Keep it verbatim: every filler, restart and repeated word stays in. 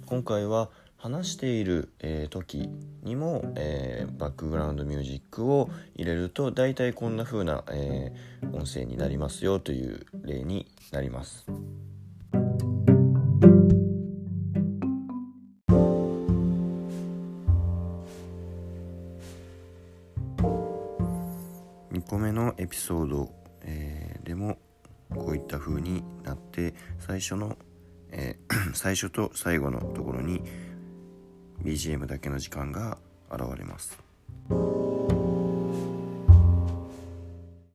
今回は話している、えー、時にも、えー、バックグラウンドミュージックを入れるとだいたいこんな風な、えー、音声になりますよという例になります。にこめのエピソード、えー、でもこういった風になって最初の、えー、最初と最後のところに ビージーエム だけの時間が現れます。